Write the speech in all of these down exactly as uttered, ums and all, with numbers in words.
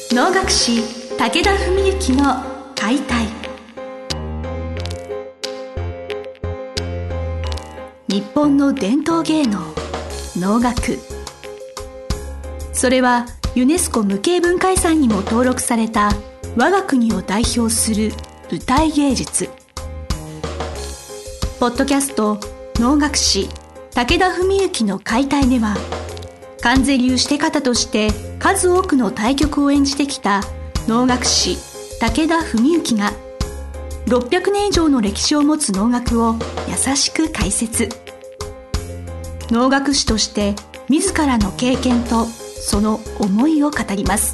能楽師武田文幸の解体。日本の伝統芸能能楽、それはユネスコ無形文化遺産にも登録された我が国を代表する舞台芸術。ポッドキャスト能楽師武田文幸の解体では、観世流して方として数多くの大曲を演じてきた能楽師武田文幸がろっぴゃくねん以上の歴史を持つ能楽を優しく解説。能楽師として自らの経験とその思いを語ります。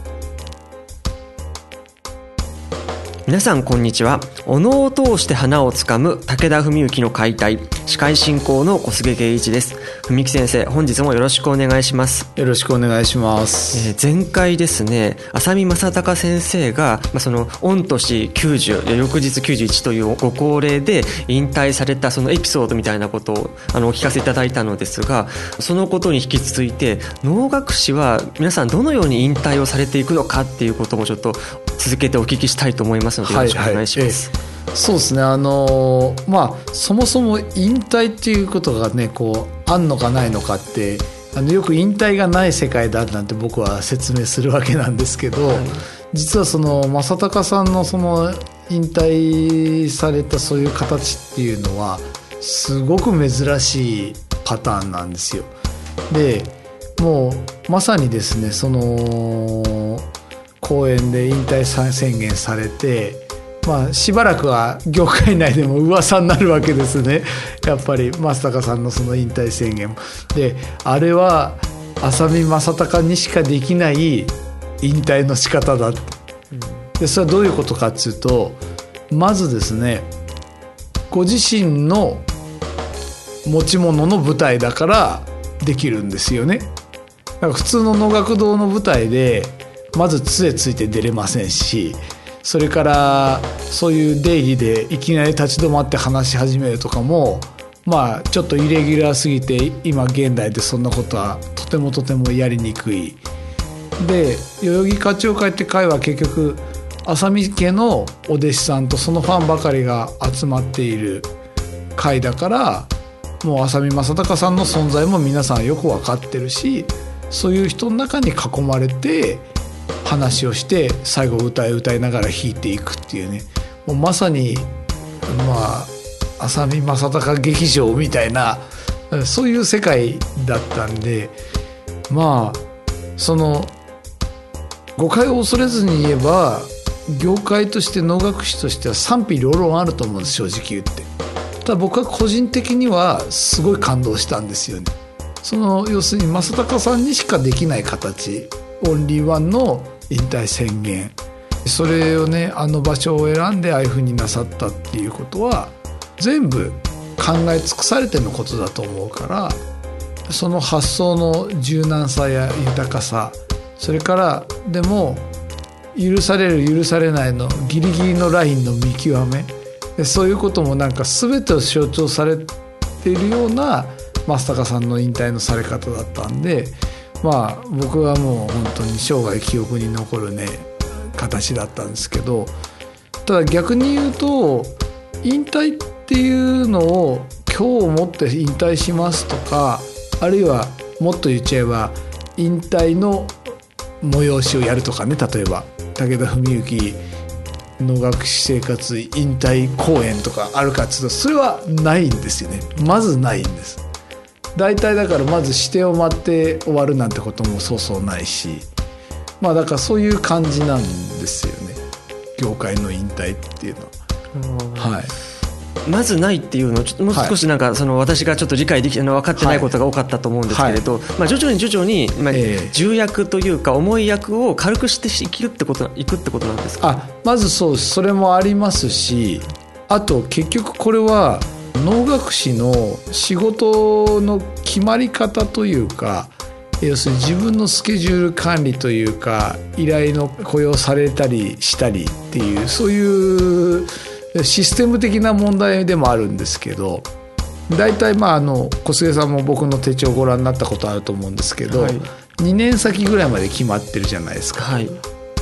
皆さんこんにちは。お能を通して花をつかむ武田文幸の解体、司会進行の小菅圭一です。文幸先生、本日もよろしくお願いします。 よろしくお願いします。 えー、前回ですね、浅見正隆先生が、まあ、その御年きゅうじゅう、翌日きゅうじゅういちというご高齢で引退されたそのエピソードみたいなことをあのお聞かせいただいたのですが、そのことに引き続いて能楽師は皆さんどのように引退をされていくのかっていうこともちょっと続けてお聞きしたいと思いますので、よろしくお願いします。 はいはい、えー、そうですね、あのー、まあそもそも引退っていうことがね、こうあんのかないのかって、あのよく引退がない世界だなんて僕は説明するわけなんですけど、はい、実はその正隆さんのその引退されたそういう形っていうのはすごく珍しいパターンなんですよ。でもうまさにですね、その公演で引退宣言されて、まあ、しばらくは業界内でも噂になるわけですね。やっぱり正隆さんのその引退宣言で、あれは浅見正隆にしかできない引退の仕方だ。でそれはどういうことかっていうと、まずですね、ご自身の持ち物の舞台だからできるんですよね。だから普通の能楽堂の舞台でまず杖ついて出れませんし、それからそういう出入りでいきなり立ち止まって話し始めるとかも、まあちょっとイレギュラーすぎて今現代でそんなことはとてもとてもやりにくい。で代々木花鳥会って会は結局浅見家のお弟子さんとそのファンばかりが集まっている会だから、もう浅見正隆さんの存在も皆さんよく分かってるし、そういう人の中に囲まれて話をして最後歌い歌いながら弾いていくっていうね、もうまさにまあ浅見正隆劇場みたいなそういう世界だったんで、まあその誤解を恐れずに言えば業界として能楽師としては賛否両論あると思うんです、正直言って。ただ僕は個人的にはすごい感動したんですよね。その要するに正隆さんにしかできない形、オンリーワンの引退宣言、それをね、あの場所を選んでああいう風になさったっていうことは全部考え尽くされてのことだと思うから、その発想の柔軟さや豊かさ、それからでも許される許されないのギリギリのラインの見極めで、そういうこともなんか全てを象徴されているような正隆さんの引退のされ方だったんで、まあ僕はもう本当に生涯記憶に残るね形だったんですけど、ただ逆に言うと引退っていうのを今日をもって引退しますとか、あるいはもっと言っちゃえば引退の催しをやるとかね、例えば武田文幸能楽師生活引退公演とかあるかっていうと、それはないんですよね。まずないんです。大体だからまず指定を待って終わるなんてこともそうそうないし、まあだからそういう感じなんですよね、業界の引退っていうのは。はい、 まずないっていうのをちょっともう少しなんかその私がちょっと理解できて分かってないことが多かったと思うんですけれど、まあ徐々に徐々にまあ重役というか重い役を軽くしていくってこといくってことなんですか。 あ、まずそう、それもありますし、あと結局これは能楽師の仕事の決まり方というか、要するに自分のスケジュール管理というか、依頼の雇用されたりしたりっていう、そういうシステム的な問題でもあるんですけど、大体まああの小菅さんも僕の手帳をご覧になったことあると思うんですけど、はい、にねん先ぐらいまで決まってるじゃないですか。 はい、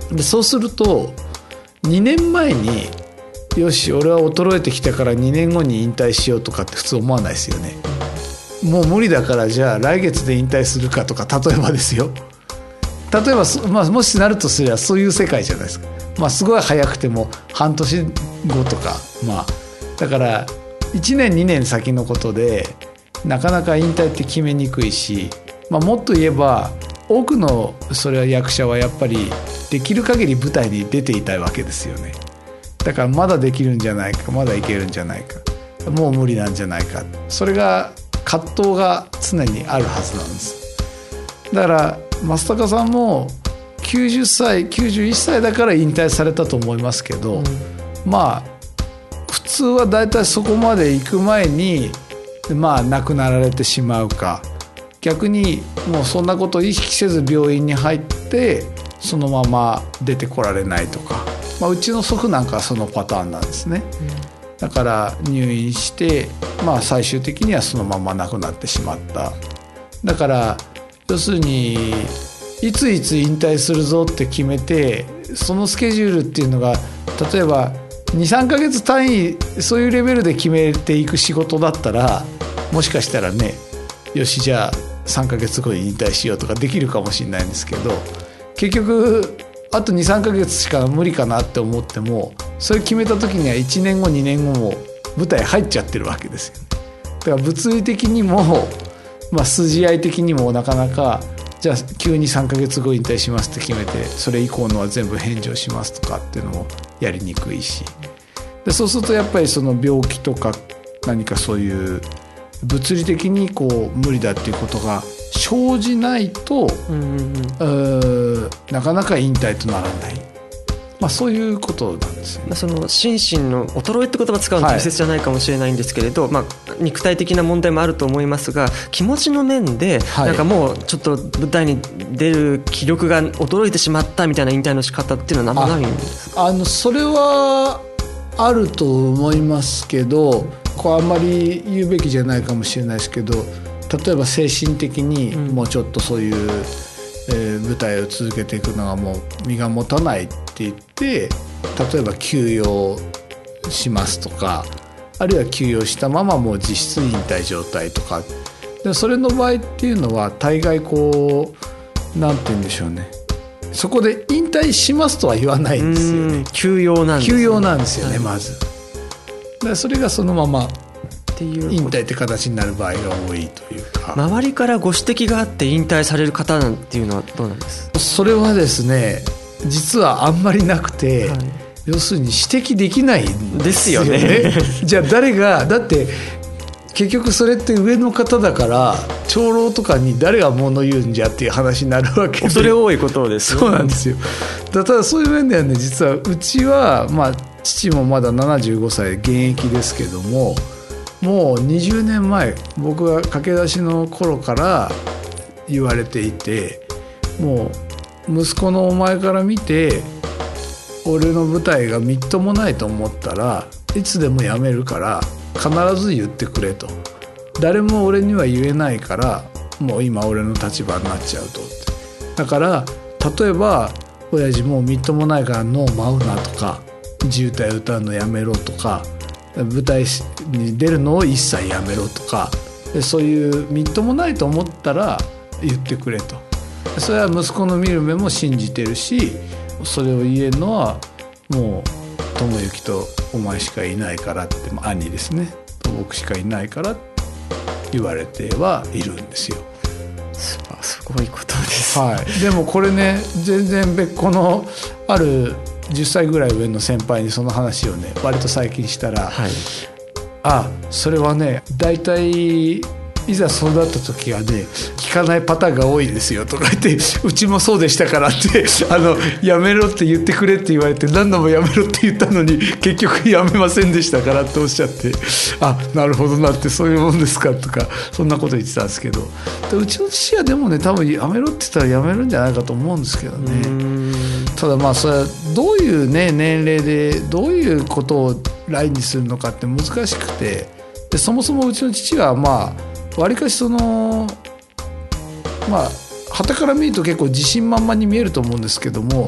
でそうするとにねんまえによし俺は衰えてきたからにねんごに引退しようとかって普通思わないですよね。もう無理だからじゃあ来月で引退するかとか、例えばですよ、例えば、まあ、もしなるとすればそういう世界じゃないですか。まあすごい早くても半年後とか、まあだからいちねんにねん先のことでなかなか引退って決めにくいし、まあ、もっと言えば多くのそれは役者はやっぱりできる限り舞台に出ていたいわけですよね。だからまだできるんじゃないか、まだいけるんじゃないか、もう無理なんじゃないか、それが葛藤が常にあるはずなんです。だから正隆さんもきゅうじゅっさいきゅうじゅういっさいだから引退されたと思いますけど、うん、まあ普通はだいたいそこまで行く前にまあ亡くなられてしまうか、逆にもうそんなことを意識せず病院に入ってそのまま出てこられないとか、まあ、うちの祖父なんかはそのパターンなんですね、うん、だから入院して、まあ、最終的にはそのまま亡くなってしまった。だから要するにいついつ引退するぞって決めて、そのスケジュールっていうのが例えば にさんかげつ単位そういうレベルで決めていく仕事だったら、もしかしたらね、よしじゃあさんかげつごに引退しようとかできるかもしれないんですけど、結局あと にさんかげつしか無理かなって思っても、それ決めた時にはいちねんごにねんごも舞台入っちゃってるわけですよね。だから物理的にも、まあ、筋合い的にもなかなかじゃあ急にさんかげつご引退しますって決めてそれ以降のは全部返上しますとかっていうのもやりにくいし、でそうするとやっぱりその病気とか何かそういう物理的にこう無理だっていうことが生じないと、うんうんうん、なかなか引退とならない、まあ、そういうことなんですよね。 まあ、その心身の衰えって言葉を使うのは適切じゃないかもしれないんですけれど、はい、まあ、肉体的な問題もあると思いますが、気持ちの面でなんかもうちょっと舞台に出る気力が衰えてしまったみたいな引退の仕方っていうのは何もないんですか？ ああのそれはあると思いますけど、これあんまり言うべきじゃないかもしれないですけど、例えば精神的にもうちょっとそういう、うん、えー、舞台を続けていくのがもう身が持たないって言って、例えば休養しますとか、あるいは休養したままもう実質引退状態とかで、それの場合っていうのは大概こうなんて言うんでしょうね、そこで引退しますとは言わないんですよね。 休養なんですね。 休養なんですよね、まず。だからそれがそのまま引退って形になる場合が多いというか。 周りからご指摘があって引退される方なんていうのはどうなんですか？ それはですね、実はあんまりなくて、はい、要するに指摘できないんですよね。ですよね。じゃあ誰が、だって結局それって上の方だから長老とかに誰が物言うんじゃっていう話になるわけで、 恐れ多いことですね。 そうなんですよ。だただそういう面ではね、実はうちは、まあ、父もまだななじゅうごさい現役ですけども、もうにじゅうねんまえ、僕が駆け出しの頃から言われていて、もう息子のお前から見て俺の舞台がみっともないと思ったらいつでもやめるから必ず言ってくれと、誰も俺には言えないからもう今俺の立場になっちゃうと。だから例えば親父もうみっともないから能舞うなとか、地歌歌うのやめろとか、舞台に出るのを一切やめろとか、そういうみっともないと思ったら言ってくれと。それは息子の見る目も信じてるし、それを言えるのはもう智之とお前しかいないからって、兄ですね、僕しかいないからって言われてはいるんですよ。 すごいことです、 はい、でもこれね、全然別個のあるじゅっさいぐらい上の先輩にその話をね割と最近したら、はい、あ、それはね大体いざそうなった時はね聞かないパターンが多いですよとか言って、うちもそうでしたからってあのやめろって言ってくれって言われて何度もやめろって言ったのに結局やめませんでしたからっておっしゃって、あ、なるほどなって、そういうもんですかとか、そんなこと言ってたんですけど、うちの父はでもね多分やめろって言ったらやめるんじゃないかと思うんですけどね。ただまあそれはどういうね年齢でどういうことを来日するのかって難しくて、でそもそもうちの父はまあわりかしそのまあ傍から見ると結構自信満々に見えると思うんですけども、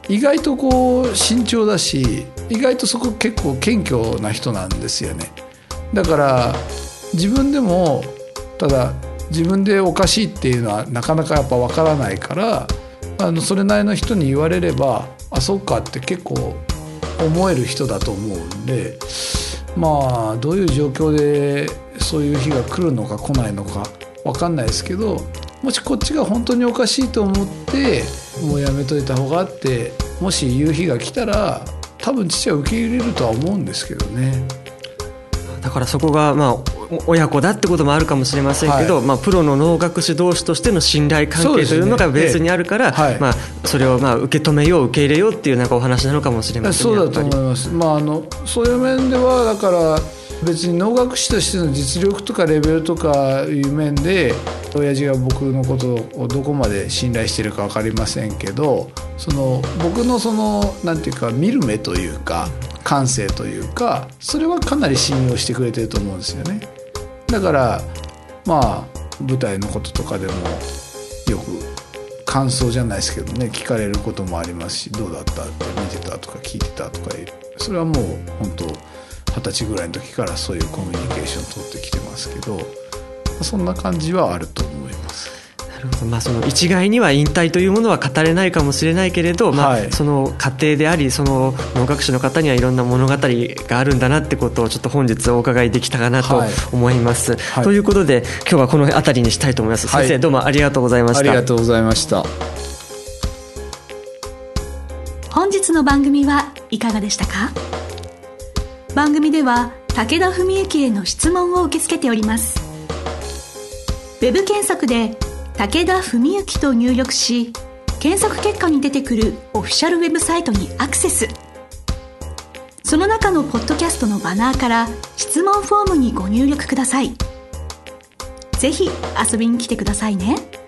意外とこう慎重だし、意外とそこ結構謙虚な人なんですよね。だから自分でもただ自分でおかしいっていうのはなかなかやっぱ分からないから、あのそれなりの人に言われればあそっかって結構思える人だと思うんで、まあどういう状況でそういう日が来るのか来ないのか分かんないですけど、もしこっちが本当におかしいと思ってもうやめといた方がってもし言う日が来たら多分父は受け入れるとは思うんですけどね。 だからそこがまあ親子だってこともあるかもしれませんけど、はい、まあ、プロの能楽師同士としての信頼関係というのがベースにあるから、そ、ねええ、まあ、それをまあ受け止めよう受け入れようっていうなんかお話なのかもしれませんね。 そうだと思います。まあ、あのそういう面ではだから別に能楽師としての実力とかレベルとかいう面で親父が僕のことをどこまで信頼しているか分かりませんけど、その僕のそのなんていうか見る目というか感性というかそれはかなり信用してくれてると思うんですよね。だからまあ舞台のこととかでもよく感想じゃないですけどね聞かれることもありますし、どうだったって見てたとか聞いてたとか、それはもう本当二十歳ぐらいの時からそういうコミュニケーションを取ってきてますけど、そんな感じはあると思います。 なるほど、まあ、その一概には引退というものは語れないかもしれないけれど、まあはい、その過程でありその能楽師の方にはいろんな物語があるんだなってことをちょっと本日お伺いできたかなと思います、はいはい、ということで今日はこの辺りにしたいと思います、はい、先生どうもありがとうございました。 ありがとうございました。 本日の番組はいかがでしたか？番組では武田文幸への質問を受け付けております。ウェブ検索で武田文幸と入力し、検索結果に出てくるオフィシャルウェブサイトにアクセス。その中のポッドキャストのバナーから質問フォームにご入力ください。ぜひ遊びに来てくださいね。